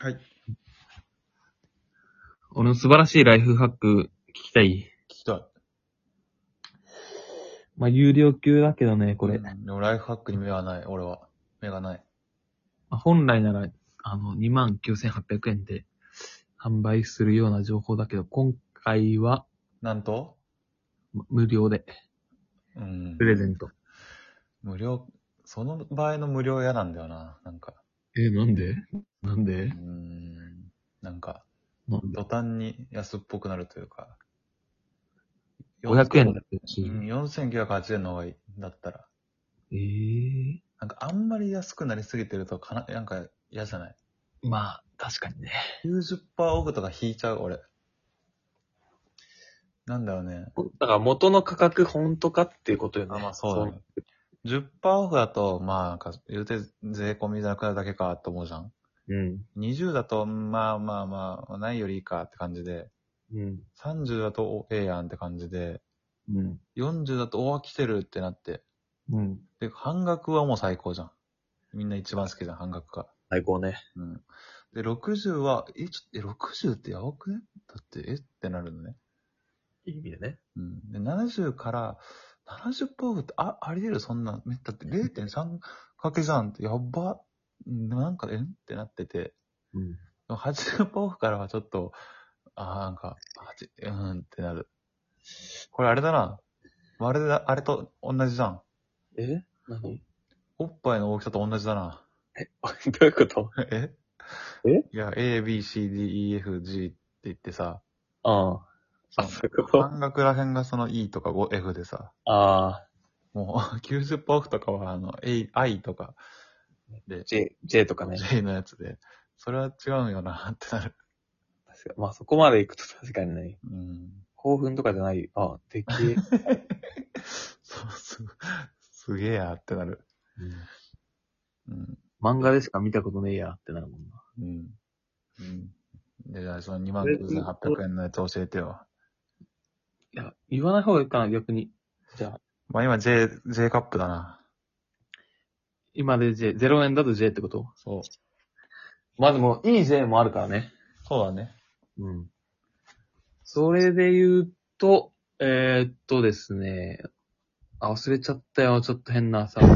はい。 俺の素晴らしいライフハック聞きたい。 聞きたい。 まあ、有料級だけどね、これ。 でもライフハックに目はない、俺は。目がない。 まあ、本来なら、29,800円で販売するような情報だけど、今回はなんと無料で、プレゼント。 無料、その場合の無料嫌なんだよな。なんか。 なんでなんでなんか、 なんで途端に安っぽくなるというか。 ?500 円だってほしい。 4980円の方がいい。だったら。なんかあんまり安くなりすぎてるとなんか嫌じゃない？ まあ、確かにね。 90%オフとか引いちゃう、俺。なんだろうね。 だから元の価格本当かっていうことよね。 まあそうだね。10%オフだと、まあなんか、言うて税込みじゃなくなるだけかと思うじゃん。 うん。 20だと、まあ、ないよりいいかって感じで、 うん。 30だと、ええやんって感じで、 うん。 40だと、来てるってなって。 うん。 で、半額はもう最高じゃん。みんな一番好きじゃん、半額が。 最高ね。 うん。で、60は、60ってやばくね？だって、ってなるのね。 いい意味でね。 うん。で、70から、70%オフって、あり得るそんな、だって 0.3 かけじゃんって、やっば。なんか、ってなってて。 うん。 でも80%オフからはちょっと、なんか、ってなる。これあれだな。あれと同じじゃん。 何おっぱいの大きさと同じだな。 どういうことええいや、A, B, C, D, E, F, G って言ってさ、 ああ。 その、 そういうこと半額らへんがその E とか F でさ、 ああ。 もう90%オフとかはI とかで、 J とかね。 J のやつで、それは違うんよなってなる。 確かまあそこまで行くと確かにね。 うん。 興奮とかじゃない。でけえ。 そうそう。すげえやってなる。 うん。 うん。 漫画でしか見たことねえやってなるもんな。 うん。うん。で、じゃあそのそれで言うと、 29,800円のやつ教えてよ。 いや、言わない方がいいかな、逆に。じゃあ、 まあ今 J カップだな。 今で 0円だと J ってこと？ そう。 まあでも、いい J もあるからね。 そうだね。 うん。それで言うと、ですね。忘れちゃったよ。ちょっと変なさ。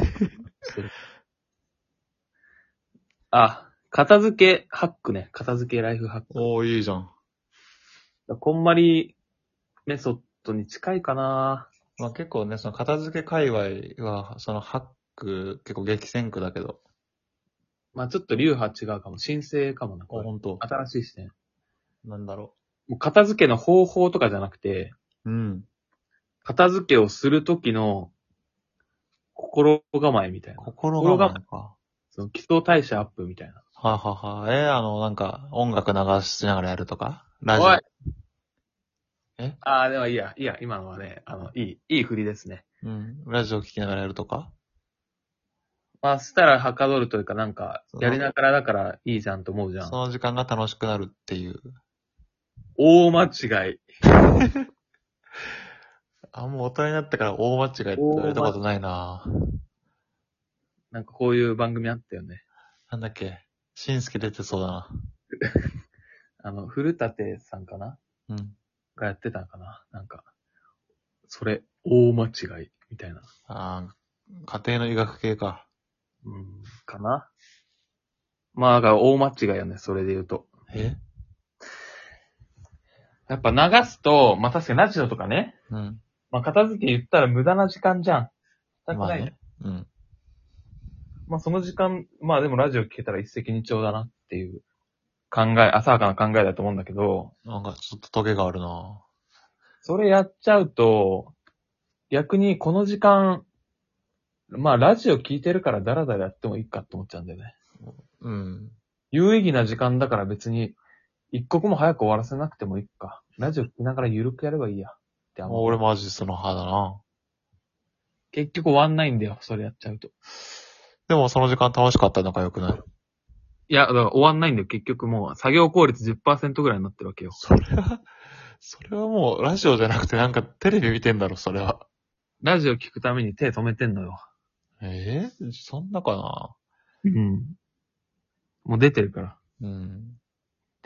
片付けハックね。片付けライフハック。 おー、いいじゃん。 こんまりメソッドに近いかな。 まあ結構ね、その片付け界隈は、そのハック結構激戦区だけど。 まあちょっと流派違うかも。新生かもな、これ。 ほんと。 新しい視点。 なんだろもう片付けの方法とかじゃなくて、 う。うん。 片付けをするときの心構えみたいな。 心心構え。 構えか。 その基礎代謝アップみたいな。 なんか、音楽流しながらやるとかラジおいオ。えでもいいや、今のはね、いい振りですね。 うん。ラジオ聞きながらやるとかまあ、したらはかどるというかなんか、 その、 やりながらだからいいじゃんと思うじゃん。 その時間が楽しくなるっていう。 大間違い。 もう大人になってから大間違いって言われたことないな。 なんかこういう番組あったよね。 なんだっけ。しんすけ出てそうだな。 古舘さんかなうん。 がやってたのかななんか、それ、大間違い、みたいな。 家庭の医学系か。 かなまあ、だから大間違いよね、それで言うと。 えやっぱ流すと、まあ確かにラジオとかね。 うん。 まあ片付け言ったら無駄な時間じゃん。したくないね。 まあね。うん。 まあその時間、まあでもラジオ聞けたら一石二鳥だなっていう浅はかな考えだと思うんだけど、 なんかちょっとトゲがあるな。 それやっちゃうと、逆にこの時間、まあラジオ聞いてるからダラダラやってもいいかって思っちゃうんだよね。 うん。 有意義な時間だから別に、一刻も早く終わらせなくてもいいか。ラジオ聞きながらゆるくやればいいや。って思う。 俺マジその派だな。 結局終わんないんだよ、それやっちゃうと。 でもその時間楽しかったのが良くない？ いや、だから終わんないんだよ。結局もう作業効率 10% ぐらいになってるわけよ。 それはもうラジオじゃなくてなんかテレビ見てんだろ、それは。 ラジオ聞くために手止めてんのよ。 そんなかな。 うん。もう出てるから。 うん。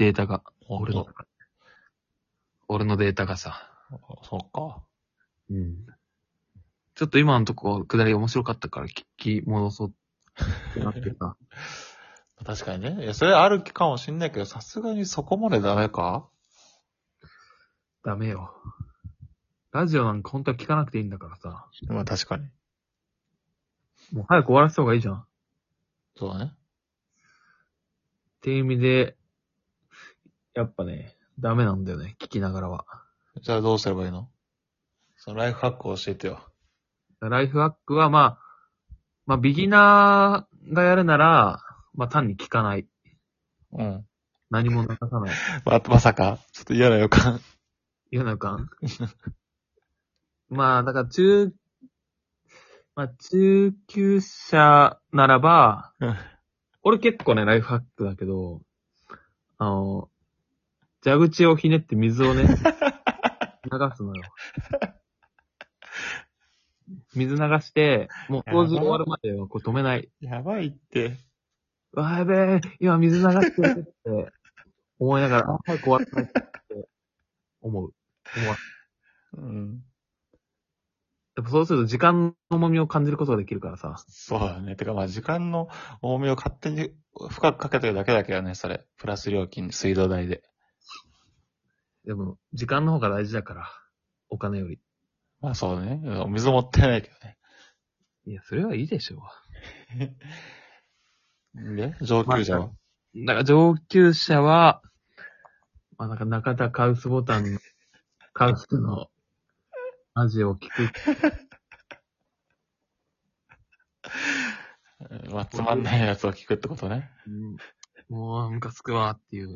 データが。 ほんと。 俺のデータがさ。 そっか。 うん。ちょっと今のとこ、下り面白かったから聞き戻そうってなってさ。 確かにね。いや、それあるかもしんないけど、さすがにそこまでダメか？ ダメよ。ラジオなんか本当は聞かなくていいんだからさ。 まあ確かに。 もう早く終わらせた方がいいじゃん。っそうだね。 ていう意味で、やっぱね、ダメなんだよね。聞きながらは。 じゃあどうすればいいの？そのライフハックを教えてよ。 ライフハックはまあ、ビギナーがやるなら、まあ単に聞かない。 うん。 何も流さない。 まさかちょっと嫌な予感。 嫌な予感だから中級者ならば、俺結構ね、ライフハックだけど、蛇口をひねって水をね、流すのよ。水流して、もう掃除終わるまではこう止めない。 やばいって。 うわ、やべえ、今水流してるって思いながら、早く終わらないって思う。 うん。 やっぱそうすると時間の重みを感じることができるからさ。 そうだね。てかまあ時間の重みを勝手に深くかけてるだけだけどね、それ。プラス料金、水道代で。 でも、時間の方が大事だから。お金より。 まあそうだね。水もったいないけどね。 いや、それはいいでしょで、上級者は、 う。だから上級者は、なんか中田カウスボタンの、カウスのラジオを聞く。 まあつまんないやつを聞くってことね。 もう、ムカつくわっていう。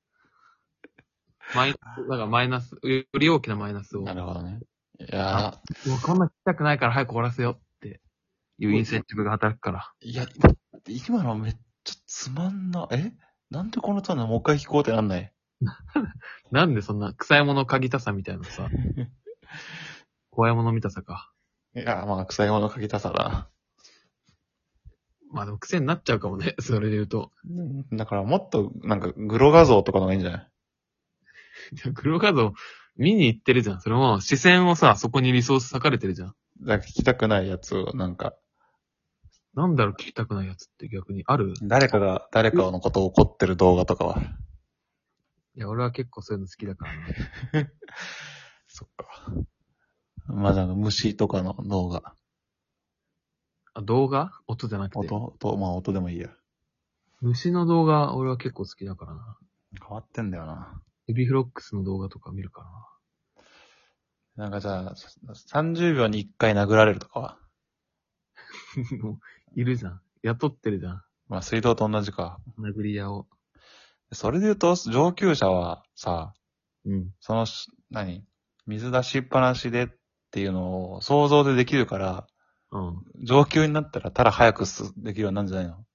だからマイナス、より大きなマイナスを。 なるほどね。いやもうこんな聞きたくないから早く終わらせよっていうインセンティブが働くから。 いや、今のめっちゃつまんな。なんでこのトーンでもう一回聞こうってなんない？ なんでそんな臭いもの嗅ぎたさみたいなさ、怖いもの見たさか。 いや、まあ、臭いもの書きたさだまあでも癖になっちゃうかもね、それで言うと。 な。だからもっと、なんか、グロ画像とかの方がいいんじゃない？ 黒画像見に行ってるじゃん。それも視線をさ、そこにリソース割かれてるじゃん。 なんか聞きたくないやつを、なんか、 なんだろう聞きたくないやつって逆にある？ 誰かが誰かのことを怒ってる動画とかは。 いや、俺は結構そういうの好きだからな。 そっか。まあ、なんか虫とかの動画。 あ、動画？音じゃなくて。 まあ音でもいいや。 虫の動画、俺は結構好きだからな。 変わってんだよな。 エビフロックスの動画とか見るからな。 なんかじゃあ、30秒に1回殴られるとかは。 もういるじゃん。雇ってるじゃん。 まあ水道と同じか。 殴り屋を。 それで言うと、上級者はさ、 うん。 その水出しっぱなしでっていうのを想像でできるから、 うん。 上級になったらただ早くできるようになるんじゃないの？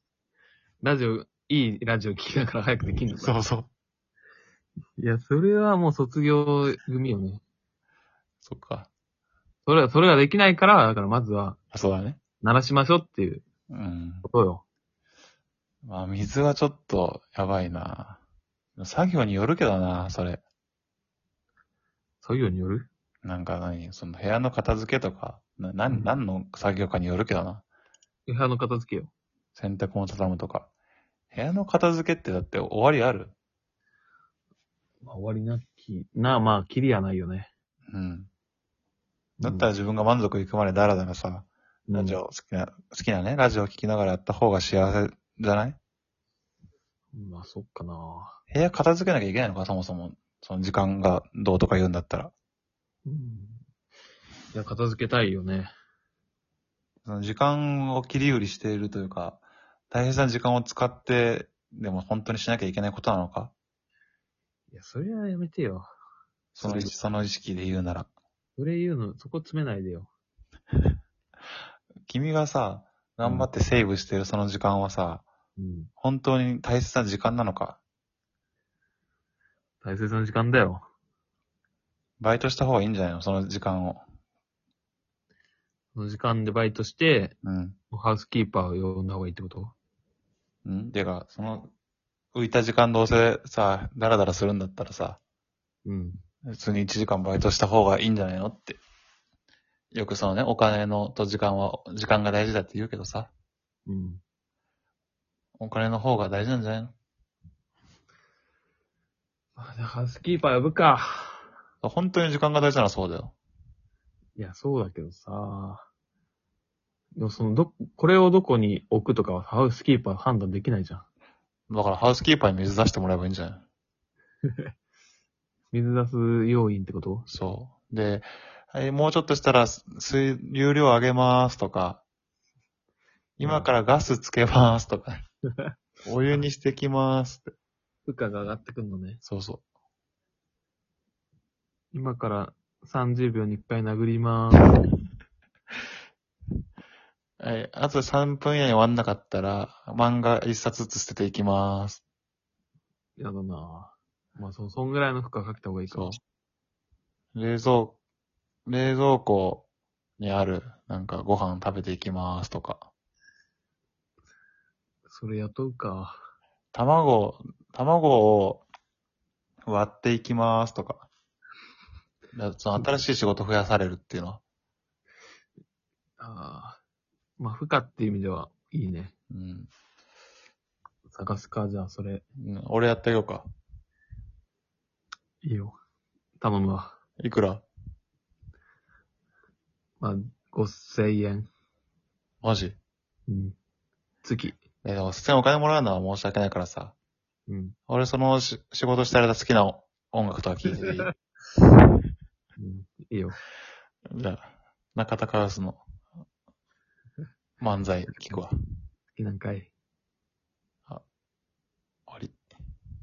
いいラジオ聞きながら早くできんのか。 そうそう。 いや、それはもう卒業組よね。 そっか。 それができないから、だからまずは、 そうだね。 鳴らしましょうっていううん。 ことよ。 まあ水はちょっとやばいな。作業によるけどな、それ。 作業による？ なんかその部屋の片付けとか、何の作業かによるけどな。 部屋の片付けよ。 洗濯物畳むとか。部屋の片付けってだって終わりある？ まあ、終わりなき、まあ、キリはないよね。 うん。だったら自分が満足いくまでダラダラさ、ラジオ好きなね、ラジオ聞きながらやった方が幸せじゃない？ まあ、そっかな。 部屋片付けなきゃいけないのか、そもそも。その時間がどうとか言うんだったら。 いや、片付けたいよね。 その時間を切り売りしているというか、大切な時間を使って、でも本当にしなきゃいけないことなのか？ いや、それはやめてよ。 その意識で言うなら。 それ言うの、そこ詰めないでよ。 君がさ、頑張ってセーブしてるその時間はさ、 うん。 本当に大切な時間なのか？ 大切な時間だよ。 バイトした方がいいんじゃないの？その時間を。 その時間でバイトして、 うん。 ハウスキーパーを呼んだ方がいいってこと？ てか、 浮いた時間どうせさ、ダラダラするんだったらさ、 うん。 普通に1時間バイトした方がいいんじゃないのって。よくそのね、お金のと時間が大事だって言うけどさ、 うん。 お金の方が大事なんじゃないの？ じゃあハウスキーパー呼ぶか。 本当に時間が大事ならそうだよ。 いや、そうだけどさ。でもこれをどこに置くとかはハウスキーパー判断できないじゃん。 だからハウスキーパーに水出してもらえばいいんじゃない？ 水出す要因ってこと？ そう。で、はい、もうちょっとしたら有料上げますとか、今からガスつけますとか、お湯にしてきますって。 負荷が上がってくんのね。 そうそ今から30秒に1回殴りまーす。 う。はい、あと3分以内に終わんなかったら、漫画1冊ずつ捨てていきます。 やだなぁ。まあ、そんぐらいの負荷かけた方がいいかも。 そう。冷蔵庫にある、なんかご飯食べていきますとか。 それ雇うか。 卵を割っていきますとか。その新しい仕事増やされるっていうのは。 ああ。まあ、負荷っていう意味ではいいね。 うん。 探すか、じゃあ、それ。 俺やってあげようか。 いいよ。頼むわ。 いくら？ まあ、5000円。 マジ？ うん。月。 でも、普通にお金もらうのは申し訳ないからさ。 うん。 俺その仕事してる間好きな音楽とか聴いてていい？ うん。いいよ。 じゃあ、中田カウスの漫才聞くわ。 好きなんかい。